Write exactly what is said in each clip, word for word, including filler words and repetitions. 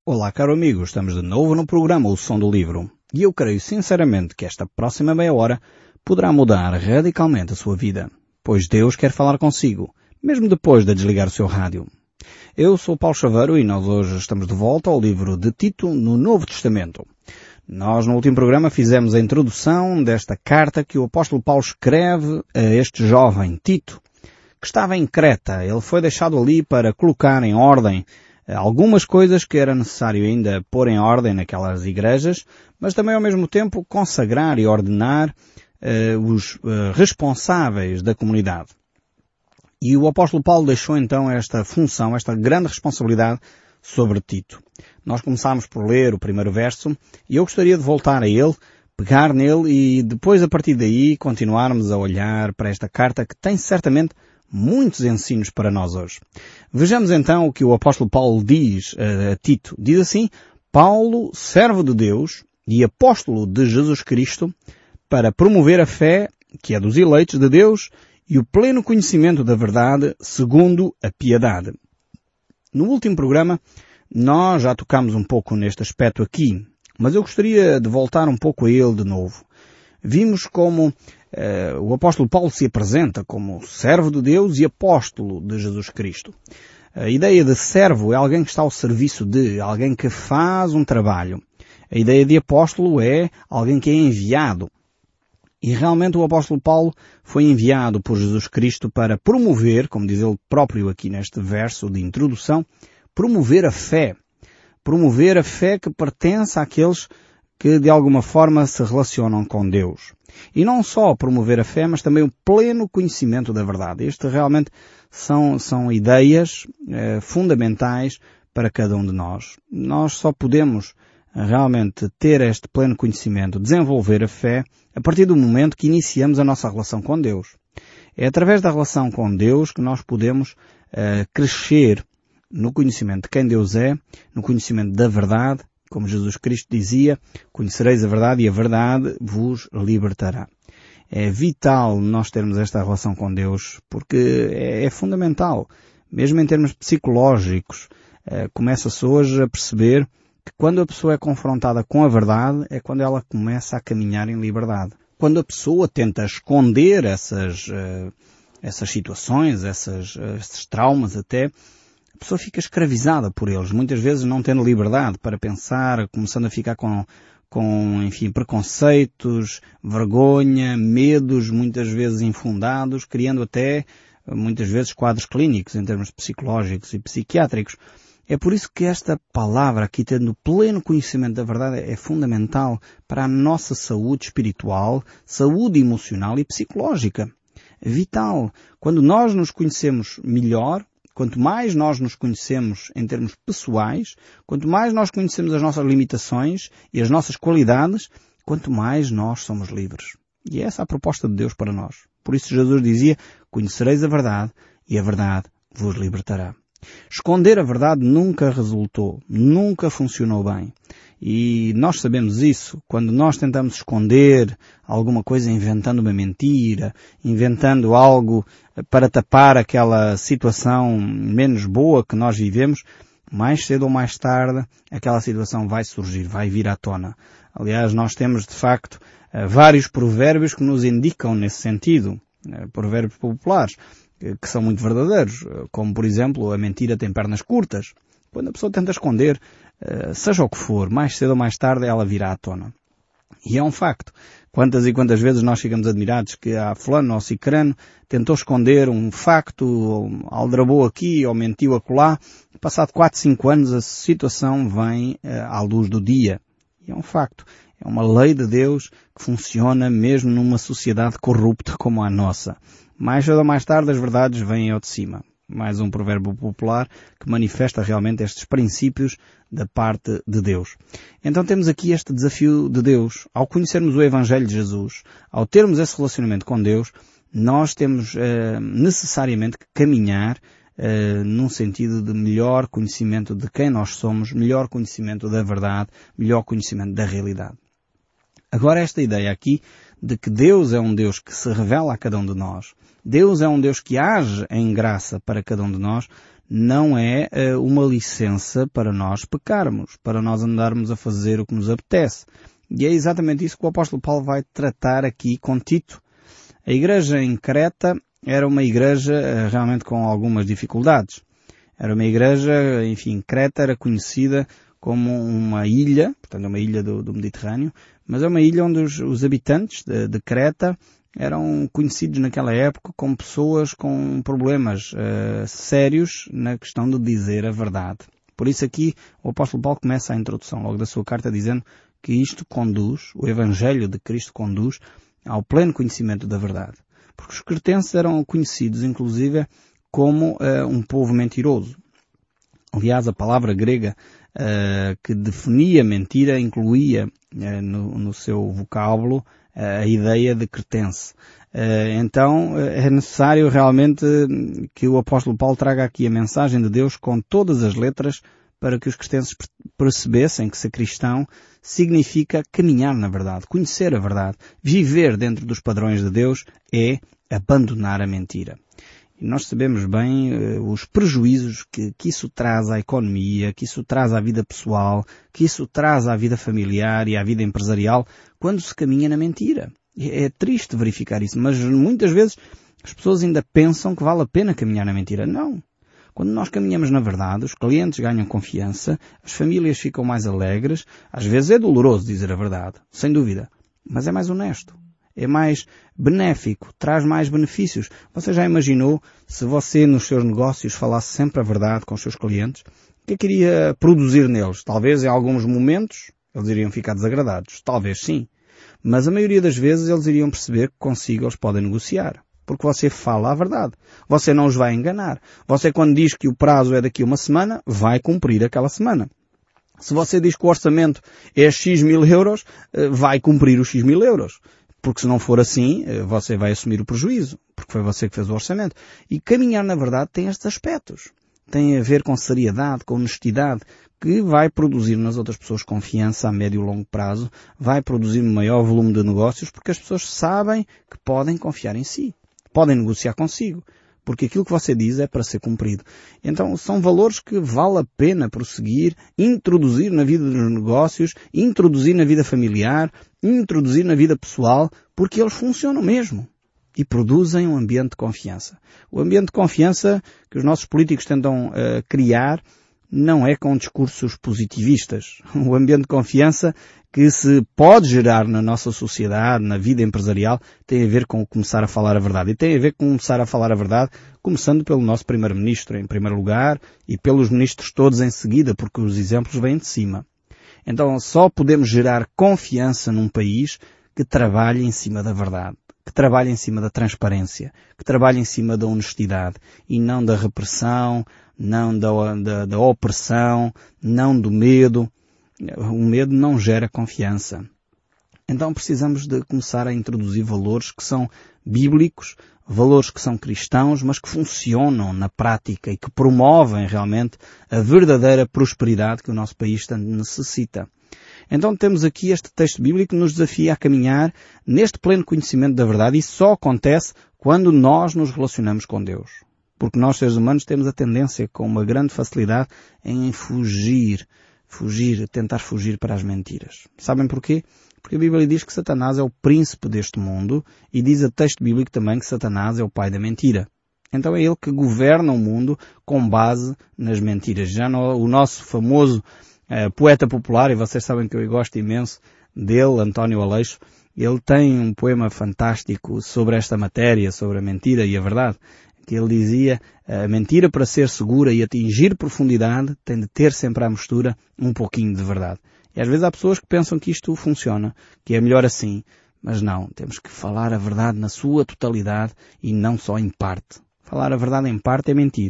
Olá, caro amigo, estamos de novo no programa O Som do Livro e eu creio sinceramente que esta próxima meia hora poderá mudar radicalmente a sua vida, pois Deus quer falar consigo, mesmo depois de desligar o seu rádio. Eu sou Paulo Chaveiro e nós hoje estamos de volta ao livro de Tito no Novo Testamento. Nós no último programa fizemos a introdução desta carta que o apóstolo Paulo escreve a este jovem Tito, que estava em Creta. Ele foi deixado ali para colocar em ordem algumas coisas que era necessário ainda pôr em ordem naquelas igrejas, mas também ao mesmo tempo consagrar e ordenar uh, os uh, responsáveis da comunidade. E o apóstolo Paulo deixou então esta função, esta grande responsabilidade sobre Tito. Nós começámos por ler o primeiro verso e eu gostaria de voltar a ele, pegar nele e depois a partir daí continuarmos a olhar para esta carta que tem certamente muitos ensinos para nós hoje. Vejamos então o que o apóstolo Paulo diz a Tito. Diz assim: Paulo, servo de Deus e apóstolo de Jesus Cristo, para promover a fé, que é dos eleitos de Deus, e o pleno conhecimento da verdade, segundo a piedade. No último programa, nós já tocámos um pouco neste aspecto aqui, mas eu gostaria de voltar um pouco a ele de novo. Vimos como Uh, o apóstolo Paulo se apresenta como servo de Deus e apóstolo de Jesus Cristo. A ideia de servo é alguém que está ao serviço de, alguém que faz um trabalho. A ideia de apóstolo é alguém que é enviado. E realmente o apóstolo Paulo foi enviado por Jesus Cristo para promover, como diz ele próprio aqui neste verso de introdução, promover a fé. Promover a fé que pertence àqueles que de alguma forma se relacionam com Deus. E não só promover a fé, mas também o pleno conhecimento da verdade. Estas realmente são, são ideias eh, fundamentais para cada um de nós. Nós só podemos realmente ter este pleno conhecimento, desenvolver a fé, a partir do momento que iniciamos a nossa relação com Deus. É através da relação com Deus que nós podemos eh, crescer no conhecimento de quem Deus é, no conhecimento da verdade. Como Jesus Cristo dizia, conhecereis a verdade e a verdade vos libertará. É vital nós termos esta relação com Deus, porque é, é fundamental. Mesmo em termos psicológicos, é, começa-se hoje a perceber que quando a pessoa é confrontada com a verdade, é quando ela começa a caminhar em liberdade. Quando a pessoa tenta esconder essas, uh, essas situações, essas, uh, esses traumas até, a pessoa fica escravizada por eles, muitas vezes não tendo liberdade para pensar, começando a ficar com, com, enfim, preconceitos, vergonha, medos, muitas vezes infundados, criando até, muitas vezes, quadros clínicos em termos psicológicos e psiquiátricos. É por isso que esta palavra aqui, tendo pleno conhecimento da verdade, é fundamental para a nossa saúde espiritual, saúde emocional e psicológica. É vital. Quando nós nos conhecemos melhor, quanto mais nós nos conhecemos em termos pessoais, quanto mais nós conhecemos as nossas limitações e as nossas qualidades, quanto mais nós somos livres. E essa é a proposta de Deus para nós. Por isso Jesus dizia, conhecereis a verdade e a verdade vos libertará. Esconder a verdade nunca resultou, nunca funcionou bem. E nós sabemos isso. Quando nós tentamos esconder alguma coisa inventando uma mentira, inventando algo para tapar aquela situação menos boa que nós vivemos, mais cedo ou mais tarde aquela situação vai surgir, vai vir à tona. Aliás, nós temos de facto vários provérbios que nos indicam nesse sentido, provérbios populares, que são muito verdadeiros, como por exemplo, a mentira tem pernas curtas. Quando a pessoa tenta esconder, seja o que for, mais cedo ou mais tarde ela virá à tona. E é um facto. Quantas e quantas vezes nós ficamos admirados que a fulano ou cicrano tentou esconder um facto, aldrabou aqui ou mentiu acolá. Passado quatro, cinco anos a situação vem à luz do dia. E é um facto. É uma lei de Deus que funciona mesmo numa sociedade corrupta como a nossa. Mais cedo ou mais tarde as verdades vêm ao de cima. Mais um provérbio popular que manifesta realmente estes princípios da parte de Deus. Então temos aqui este desafio de Deus. Ao conhecermos o Evangelho de Jesus, ao termos esse relacionamento com Deus, nós temos uh, necessariamente que caminhar uh, num sentido de melhor conhecimento de quem nós somos, melhor conhecimento da verdade, melhor conhecimento da realidade. Agora esta ideia aqui de que Deus é um Deus que se revela a cada um de nós, Deus é um Deus que age em graça para cada um de nós, não é uh, uma licença para nós pecarmos, para nós andarmos a fazer o que nos apetece. E é exatamente isso que o apóstolo Paulo vai tratar aqui com Tito. A igreja em Creta era uma igreja uh, realmente com algumas dificuldades. Era uma igreja, enfim, Creta era conhecida como uma ilha, portanto uma ilha do, do Mediterrâneo, mas é uma ilha onde os, os habitantes de, de Creta eram conhecidos naquela época como pessoas com problemas uh, sérios na questão de dizer a verdade. Por isso aqui o apóstolo Paulo começa a introdução logo da sua carta dizendo que isto conduz, o Evangelho de Cristo conduz ao pleno conhecimento da verdade. Porque os cretenses eram conhecidos inclusive como uh, um povo mentiroso. Aliás, a palavra grega uh, que definia mentira incluía uh, no, no seu vocábulo a ideia de cretense. Então é necessário realmente que o apóstolo Paulo traga aqui a mensagem de Deus com todas as letras para que os cretenses percebessem que ser cristão significa caminhar na verdade, conhecer a verdade, viver dentro dos padrões de Deus é abandonar a mentira. E nós sabemos bem uh, os prejuízos que, que isso traz à economia, que isso traz à vida pessoal, que isso traz à vida familiar e à vida empresarial quando se caminha na mentira. É, é triste verificar isso, mas muitas vezes as pessoas ainda pensam que vale a pena caminhar na mentira. Não. Quando nós caminhamos na verdade, os clientes ganham confiança, as famílias ficam mais alegres, às vezes é doloroso dizer a verdade, sem dúvida, mas é mais honesto. É mais benéfico, traz mais benefícios. Você já imaginou se você nos seus negócios falasse sempre a verdade com os seus clientes? O que é que iria produzir neles? Talvez em alguns momentos eles iriam ficar desagradados. Talvez sim. Mas a maioria das vezes eles iriam perceber que consigo eles podem negociar. Porque você fala a verdade. Você não os vai enganar. Você quando diz que o prazo é daqui a uma semana, vai cumprir aquela semana. Se você diz que o orçamento é X mil euros, vai cumprir os X mil euros. Porque se não for assim, você vai assumir o prejuízo, porque foi você que fez o orçamento. E caminhar na verdade tem estes aspectos. Tem a ver com seriedade, com honestidade, que vai produzir nas outras pessoas confiança a médio e longo prazo, vai produzir um maior volume de negócios, porque as pessoas sabem que podem confiar em si, podem negociar consigo, porque aquilo que você diz é para ser cumprido. Então são valores que vale a pena prosseguir, introduzir na vida dos negócios, introduzir na vida familiar, introduzir na vida pessoal, porque eles funcionam mesmo e produzem um ambiente de confiança. O ambiente de confiança que os nossos políticos tentam uh, criar não é com discursos positivistas. O ambiente de confiança que se pode gerar na nossa sociedade, na vida empresarial, tem a ver com começar a falar a verdade. E tem a ver com começar a falar a verdade, começando pelo nosso primeiro-ministro, em primeiro lugar, e pelos ministros todos em seguida, porque os exemplos vêm de cima. Então só podemos gerar confiança num país que trabalhe em cima da verdade, que trabalhe em cima da transparência, que trabalhe em cima da honestidade e não da repressão, não da, da, da opressão, não do medo. O medo não gera confiança. Então precisamos de começar a introduzir valores que são bíblicos, valores que são cristãos, mas que funcionam na prática e que promovem realmente a verdadeira prosperidade que o nosso país tanto necessita. Então temos aqui este texto bíblico que nos desafia a caminhar neste pleno conhecimento da verdade e só acontece quando nós nos relacionamos com Deus. Porque nós, seres humanos, temos a tendência com uma grande facilidade em fugir, fugir, tentar fugir para as mentiras. Sabem porquê? Porque a Bíblia diz que Satanás é o príncipe deste mundo e diz o texto bíblico também que Satanás é o pai da mentira. Então é ele que governa o mundo com base nas mentiras. Já no, o nosso famoso uh, poeta popular, e vocês sabem que eu gosto imenso dele, António Aleixo, ele tem um poema fantástico sobre esta matéria, sobre a mentira e a verdade, que ele dizia, a mentira para ser segura e atingir profundidade tem de ter sempre à mistura um pouquinho de verdade. E às vezes há pessoas que pensam que isto funciona, que é melhor assim, mas não, temos que falar a verdade na sua totalidade e não só em parte. Falar a verdade em parte é mentir.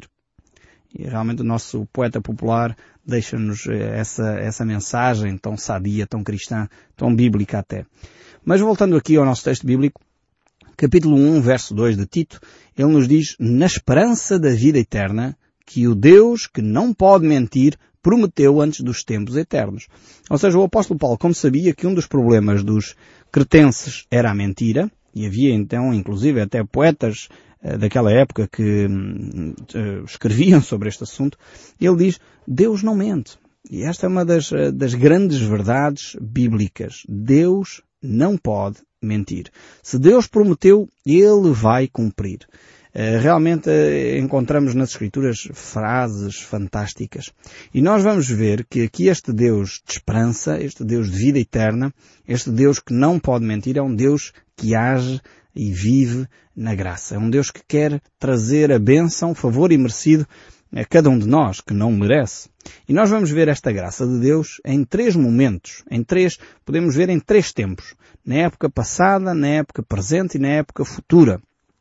E realmente o nosso poeta popular deixa-nos essa, essa mensagem tão sadia, tão cristã, tão bíblica até. Mas voltando aqui ao nosso texto bíblico, capítulo um, verso dois de Tito, ele nos diz, na esperança da vida eterna, que o Deus que não pode mentir prometeu antes dos tempos eternos. Ou seja, o apóstolo Paulo, como sabia que um dos problemas dos cretenses era a mentira, e havia então, inclusive, até poetas uh, daquela época que uh, escreviam sobre este assunto, ele diz, Deus não mente. E esta é uma das, uh, das grandes verdades bíblicas. Deus não pode mentir. Se Deus prometeu, Ele vai cumprir. Realmente encontramos nas Escrituras frases fantásticas. E nós vamos ver que aqui este Deus de esperança, este Deus de vida eterna, este Deus que não pode mentir, é um Deus que age e vive na graça. É um Deus que quer trazer a bênção, o favor imerecido a cada um de nós, que não merece. E nós vamos ver esta graça de Deus em três momentos, em três, podemos ver em três tempos. Na época passada, na época presente e na época futura.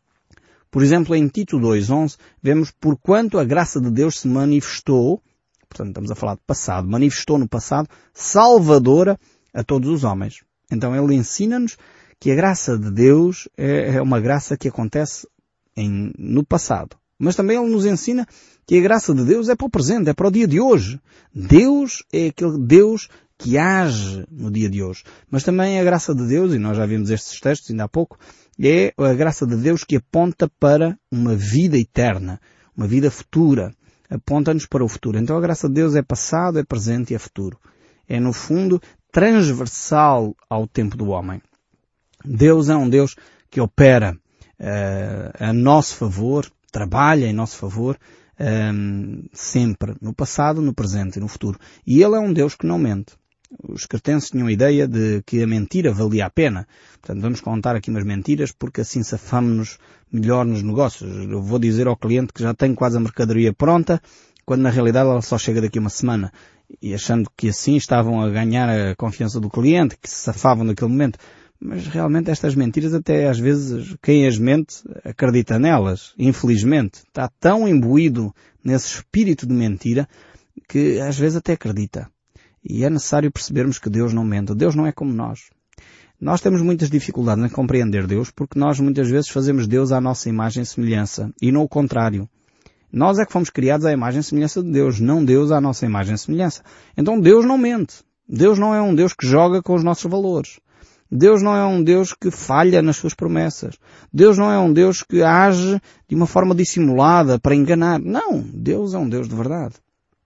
Por exemplo, em Tito dois, onze, vemos porquanto a graça de Deus se manifestou, portanto estamos a falar de passado, manifestou no passado, salvadora a todos os homens. Então ele ensina-nos que a graça de Deus é uma graça que acontece em, no passado. Mas também ele nos ensina que a graça de Deus é para o presente, é para o dia de hoje. Deus é aquele Deus que age no dia de hoje. Mas também a graça de Deus, e nós já vimos estes textos ainda há pouco, é a graça de Deus que aponta para uma vida eterna, uma vida futura. Aponta-nos para o futuro. Então a graça de Deus é passado, é presente e é futuro. É, no fundo, transversal ao tempo do homem. Deus é um Deus que opera uh, a nosso favor, trabalha em nosso favor, um, sempre, no passado, no presente e no futuro. E Ele é um Deus que não mente. Os cretenses tinham a ideia de que a mentira valia a pena. Portanto, vamos contar aqui umas mentiras porque assim safamos-nos melhor nos negócios. Eu vou dizer ao cliente que já tem quase a mercadoria pronta, quando na realidade ela só chega daqui a uma semana. E achando que assim estavam a ganhar a confiança do cliente, que se safavam naquele momento. Mas realmente estas mentiras até às vezes quem as mente acredita nelas. Infelizmente. Está tão imbuído nesse espírito de mentira que às vezes até acredita. E é necessário percebermos que Deus não mente. Deus não é como nós. Nós temos muitas dificuldades em compreender Deus porque nós muitas vezes fazemos Deus à nossa imagem e semelhança e não o contrário. Nós é que fomos criados à imagem e semelhança de Deus, não Deus à nossa imagem e semelhança. Então Deus não mente. Deus não é um Deus que joga com os nossos valores. Deus não é um Deus que falha nas suas promessas. Deus não é um Deus que age de uma forma dissimulada para enganar. Não, Deus é um Deus de verdade.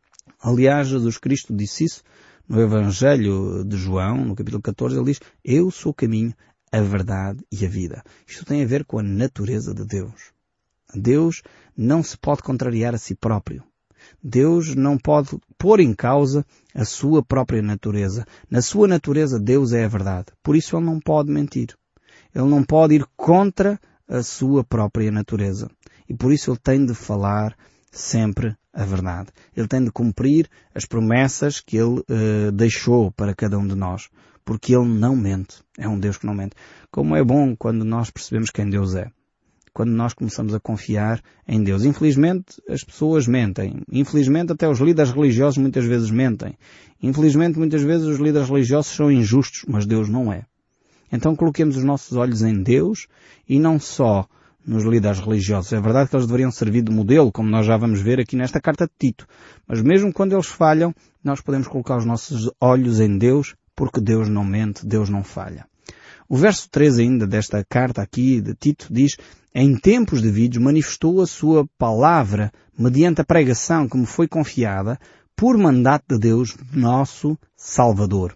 Aliás, Jesus Cristo disse isso no Evangelho de João, no capítulo catorze, ele diz, eu sou o caminho, a verdade e a vida. Isto tem a ver com a natureza de Deus. Deus não se pode contrariar a si próprio. Deus não pode pôr em causa a sua própria natureza. Na sua natureza, Deus é a verdade. Por isso ele não pode mentir. Ele não pode ir contra a sua própria natureza. E por isso ele tem de falar sempre a verdade. Ele tem de cumprir as promessas que ele uh, deixou para cada um de nós. Porque ele não mente. É um Deus que não mente. Como é bom quando nós percebemos quem Deus é. Quando nós começamos a confiar em Deus. Infelizmente, as pessoas mentem. Infelizmente, até os líderes religiosos muitas vezes mentem. Infelizmente, muitas vezes os líderes religiosos são injustos, mas Deus não é. Então, coloquemos os nossos olhos em Deus e não só nos líderes religiosos. É verdade que eles deveriam servir de modelo, como nós já vamos ver aqui nesta carta de Tito. Mas mesmo quando eles falham, nós podemos colocar os nossos olhos em Deus, porque Deus não mente, Deus não falha. O verso três ainda desta carta aqui de Tito diz, em tempos devidos manifestou a sua palavra mediante a pregação que me foi confiada por mandato de Deus, nosso Salvador.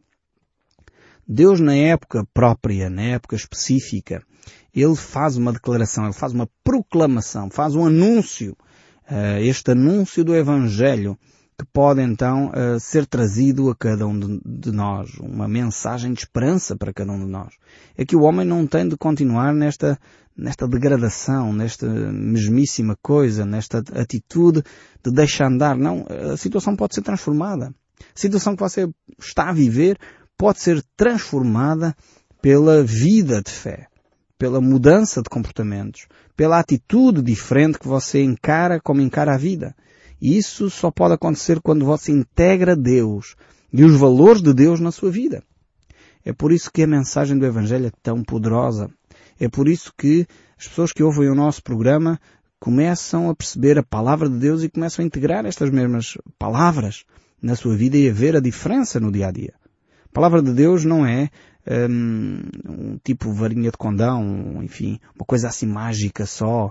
Deus na época própria, na época específica, Ele faz uma declaração, Ele faz uma proclamação, faz um anúncio, uh, este anúncio do Evangelho que pode então uh, ser trazido a cada um de, de nós, uma mensagem de esperança para cada um de nós. É que o homem não tem de continuar nesta, nesta degradação, nesta mesmíssima coisa, nesta atitude de deixar andar. Não, a situação pode ser transformada. A situação que você está a viver pode ser transformada pela vida de fé, pela mudança de comportamentos, pela atitude diferente que você encara como encara a vida. E isso só pode acontecer quando você integra Deus e os valores de Deus na sua vida. É por isso que a mensagem do Evangelho é tão poderosa. É por isso que as pessoas que ouvem o nosso programa começam a perceber a palavra de Deus e começam a integrar estas mesmas palavras na sua vida e a ver a diferença no dia a dia. A palavra de Deus não é um, um tipo varinha de condão, enfim, uma coisa assim mágica só,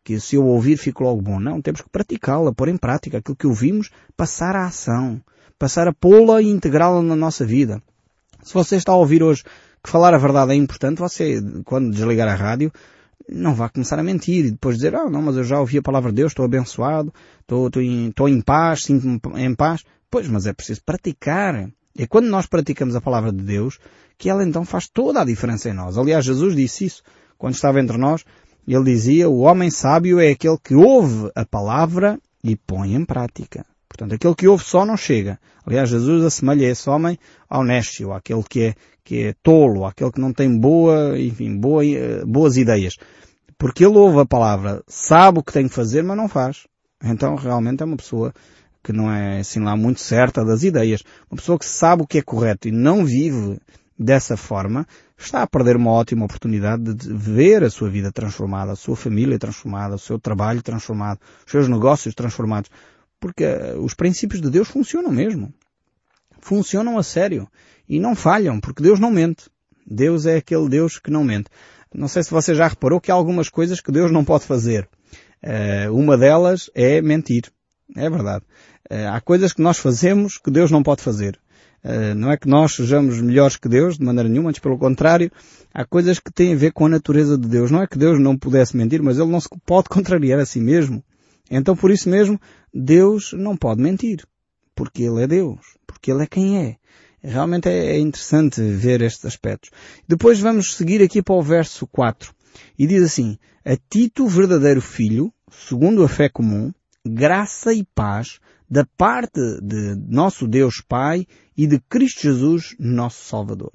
que se eu ouvir fico logo bom. Não, temos que praticá-la, pôr em prática aquilo que ouvimos, passar à ação, passar a pô-la e integrá-la na nossa vida. Se você está a ouvir hoje que falar a verdade é importante, você, quando desligar a rádio, não vai começar a mentir e depois dizer, ah, não, mas eu já ouvi a palavra de Deus, estou abençoado, estou, estou, em, estou em paz, sinto-me em paz. Pois, mas é preciso praticar. É quando nós praticamos a palavra de Deus que ela então faz toda a diferença em nós. Aliás, Jesus disse isso quando estava entre nós. Ele dizia, o homem sábio é aquele que ouve a palavra e põe em prática. Portanto, aquele que ouve só não chega. Aliás, Jesus assemelha esse homem ao nécio, àquele que é, que é tolo, àquele que não tem boa, enfim, boa, boas ideias. Porque ele ouve a palavra, sabe o que tem que fazer, mas não faz. Então, realmente é uma pessoa que não é, assim lá, muito certa das ideias. Uma pessoa que sabe o que é correto e não vive dessa forma, está a perder uma ótima oportunidade de ver a sua vida transformada, a sua família transformada, o seu trabalho transformado, os seus negócios transformados. Porque os princípios de Deus funcionam mesmo. Funcionam a sério. E não falham, porque Deus não mente. Deus é aquele Deus que não mente. Não sei se você já reparou que há algumas coisas que Deus não pode fazer. Uh, uma delas é mentir. É verdade. Uh, há coisas que nós fazemos que Deus não pode fazer. Uh, não é que nós sejamos melhores que Deus, de maneira nenhuma, antes pelo contrário. Há coisas que têm a ver com a natureza de Deus. Não é que Deus não pudesse mentir, mas Ele não se pode contrariar a si mesmo. Então, por isso mesmo, Deus não pode mentir. Porque Ele é Deus. Porque Ele é quem é. Realmente é interessante ver estes aspectos. Depois vamos seguir aqui para o verso quatro. E diz assim, a Tito, verdadeiro filho, segundo a fé comum, graça e paz da parte de nosso Deus Pai e de Cristo Jesus, nosso Salvador.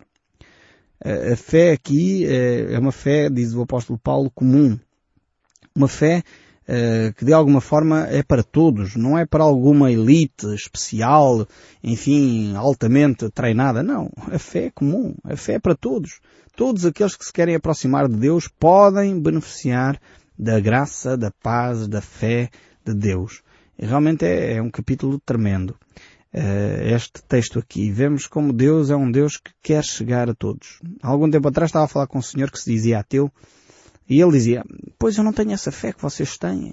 A fé aqui é uma fé, diz o apóstolo Paulo, comum. Uma fé que de alguma forma é para todos, não é para alguma elite especial, enfim, altamente treinada. Não, a fé é comum, a fé é para todos. Todos aqueles que se querem aproximar de Deus podem beneficiar da graça, da paz, da fé de Deus. E realmente é, é um capítulo tremendo. Este texto aqui, vemos como Deus é um Deus que quer chegar a todos. Há algum tempo atrás estava a falar com um senhor que se dizia ateu, e ele dizia, pois eu não tenho essa fé que vocês têm.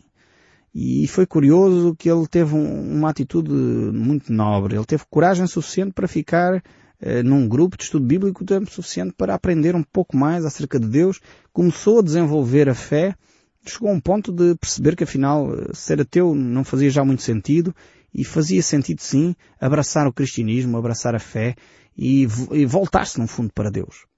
E foi curioso que ele teve um, uma atitude muito nobre. Ele teve coragem suficiente para ficar eh, num grupo de estudo bíblico tempo suficiente para aprender um pouco mais acerca de Deus. Começou a desenvolver a fé. Chegou a um ponto de perceber que afinal ser ateu não fazia já muito sentido. E fazia sentido sim abraçar o cristianismo, abraçar a fé e, e voltar-se no fundo para Deus.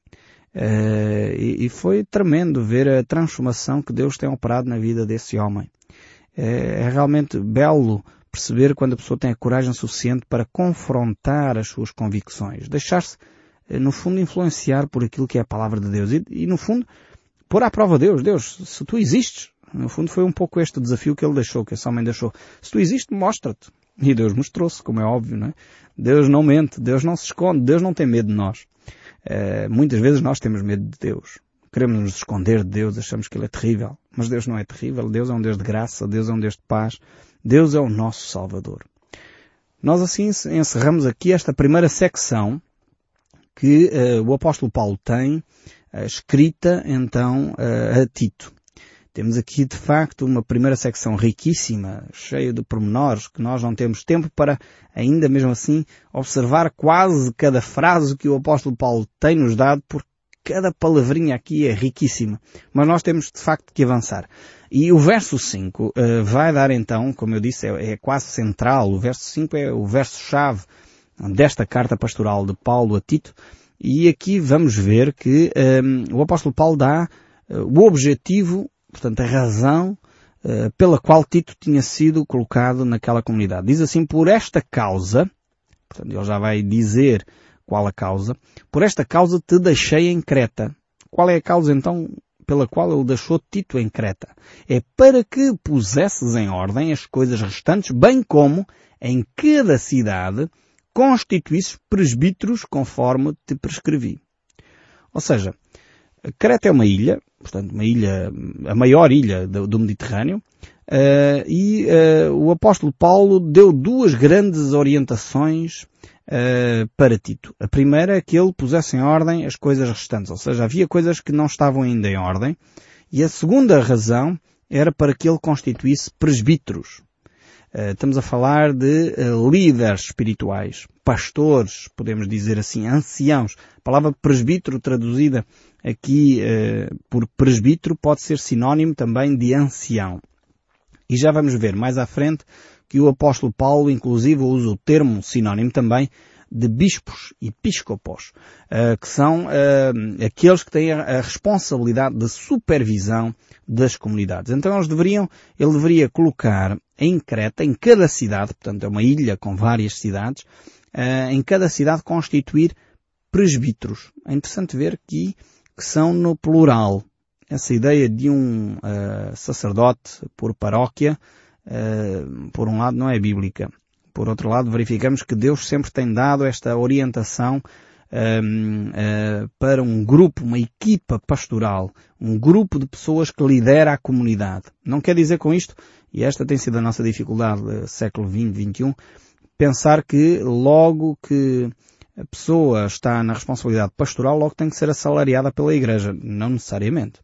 Uh, e, e foi tremendo ver a transformação que Deus tem operado na vida desse homem. Uh, é realmente belo perceber quando a pessoa tem a coragem suficiente para confrontar as suas convicções, deixar-se, uh, no fundo, influenciar por aquilo que é a palavra de Deus e, e no fundo, pôr à prova Deus. Deus, se tu existes, no fundo foi um pouco este desafio que ele deixou, que esse homem deixou. Se tu existes, mostra-te. E Deus mostrou-se, como é óbvio, não é? Deus não mente, Deus não se esconde, Deus não tem medo de nós. Uh, muitas vezes nós temos medo de Deus. Queremos nos esconder de Deus, achamos que Ele é terrível. Mas Deus não é terrível. Deus é um Deus de graça, Deus é um Deus de paz. Deus é o nosso Salvador. Nós assim encerramos aqui esta primeira secção que uh, o apóstolo Paulo tem, uh, escrita então uh, a Tito. Temos aqui de facto uma primeira secção riquíssima, cheia de pormenores, que nós não temos tempo para ainda mesmo assim observar quase cada frase que o apóstolo Paulo tem nos dado, porque cada palavrinha aqui é riquíssima. Mas nós temos de facto que avançar. E o verso cinco uh, vai dar então, como eu disse, é, é quase central. O verso cinco é o verso-chave desta carta pastoral de Paulo a Tito. E aqui vamos ver que um, o apóstolo Paulo dá uh, o objetivo, portanto, a razão uh, pela qual Tito tinha sido colocado naquela comunidade. Diz assim, por esta causa, portanto, ele já vai dizer qual a causa, por esta causa te deixei em Creta. Qual é a causa, então, pela qual ele deixou Tito em Creta? É para que pusesses em ordem as coisas restantes, bem como, em cada cidade, constituísses presbíteros conforme te prescrevi. Ou seja, Creta é uma ilha, portanto, uma ilha, a maior ilha do, do Mediterrâneo, uh, e uh, o apóstolo Paulo deu duas grandes orientações uh, para Tito. A primeira é que ele pusesse em ordem as coisas restantes, ou seja, havia coisas que não estavam ainda em ordem, e a segunda razão era para que ele constituísse presbíteros. Uh, estamos a falar de uh, líderes espirituais, pastores, podemos dizer assim, anciãos. A palavra presbítero traduzida aqui uh, por presbítero pode ser sinónimo também de ancião. E já vamos ver mais à frente que o apóstolo Paulo inclusive usa o termo sinónimo também de bispos, episcopos, uh, que são uh, aqueles que têm a, a responsabilidade de supervisão das comunidades. Então eles deveriam, ele deveria colocar em Creta, em cada cidade, portanto é uma ilha com várias cidades, uh, em cada cidade constituir presbíteros. É interessante ver aqui que são no plural. Essa ideia de um uh, sacerdote por paróquia, uh, por um lado não é bíblica. Por outro lado, verificamos que Deus sempre tem dado esta orientação um, uh, para um grupo, uma equipa pastoral, um grupo de pessoas que lidera a comunidade. Não quer dizer com isto, e esta tem sido a nossa dificuldade do século vinte, vinte e um, pensar que logo que a pessoa está na responsabilidade pastoral, logo tem que ser assalariada pela Igreja. Não necessariamente.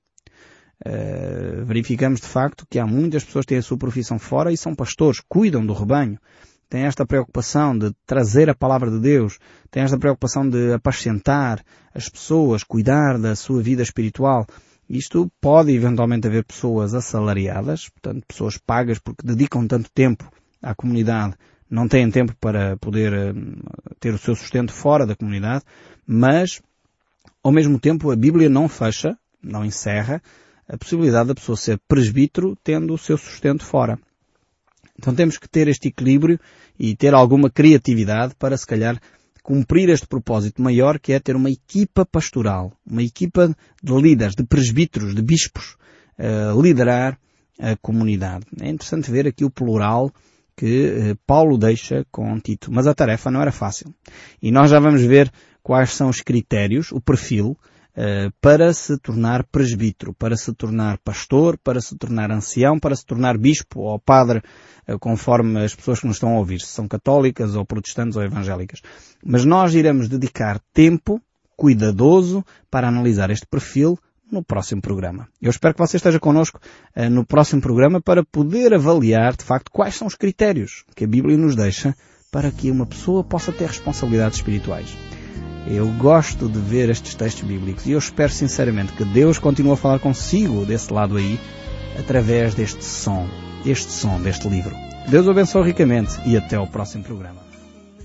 Uh, verificamos de facto que há muitas pessoas que têm a sua profissão fora e são pastores, cuidam do rebanho. Tem esta preocupação de trazer a palavra de Deus, tem esta preocupação de apacentar as pessoas, cuidar da sua vida espiritual. Isto pode eventualmente haver pessoas assalariadas, portanto pessoas pagas porque dedicam tanto tempo à comunidade, não têm tempo para poder uh, ter o seu sustento fora da comunidade, mas ao mesmo tempo a Bíblia não fecha, não encerra a possibilidade da pessoa ser presbítero tendo o seu sustento fora. Então temos que ter este equilíbrio e ter alguma criatividade para, se calhar, cumprir este propósito maior, que é ter uma equipa pastoral, uma equipa de líderes, de presbíteros, de bispos, uh, liderar a comunidade. É interessante ver aqui o plural que uh, Paulo deixa com Tito, mas a tarefa não era fácil. E nós já vamos ver quais são os critérios, o perfil, Uh, para se tornar presbítero, para se tornar pastor, para se tornar ancião, para se tornar bispo ou padre, uh, conforme as pessoas que nos estão a ouvir, se são católicas ou protestantes ou evangélicas. Mas nós iremos dedicar tempo cuidadoso para analisar este perfil no próximo programa. Eu espero que você esteja connosco uh, no próximo programa para poder avaliar, de facto, quais são os critérios que a Bíblia nos deixa para que uma pessoa possa ter responsabilidades espirituais. Eu gosto de ver estes textos bíblicos e eu espero sinceramente que Deus continue a falar consigo desse lado aí, através deste som, este som deste livro. Deus o abençoe ricamente e até ao próximo programa.